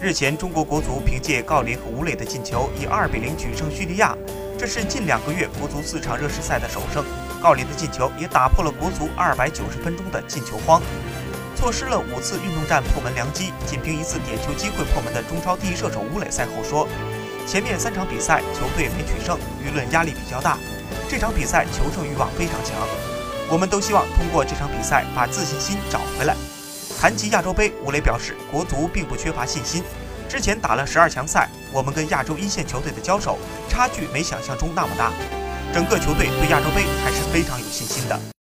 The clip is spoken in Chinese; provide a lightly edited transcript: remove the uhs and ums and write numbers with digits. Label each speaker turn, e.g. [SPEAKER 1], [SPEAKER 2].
[SPEAKER 1] 日前，中国国足凭借郜林和吴磊的进球，以2比0举胜叙利亚，这是近2个月国足4场热身赛的首胜。郜林的进球也打破了国足290分钟的进球荒，错失了5次运动战破门良机，仅凭1次点球机会破门的中超第一射手吴磊赛后说：“前面3场比赛球队没取胜，舆论压力比较大，这场比赛求胜欲望非常强，我们都希望通过这场比赛把自信心找回来。”谈及亚洲杯，吴磊表示，国足并不缺乏信心。之前打了12强赛，我们跟亚洲一线球队的交手差距没想象中那么大，整个球队对亚洲杯还是非常有信心的。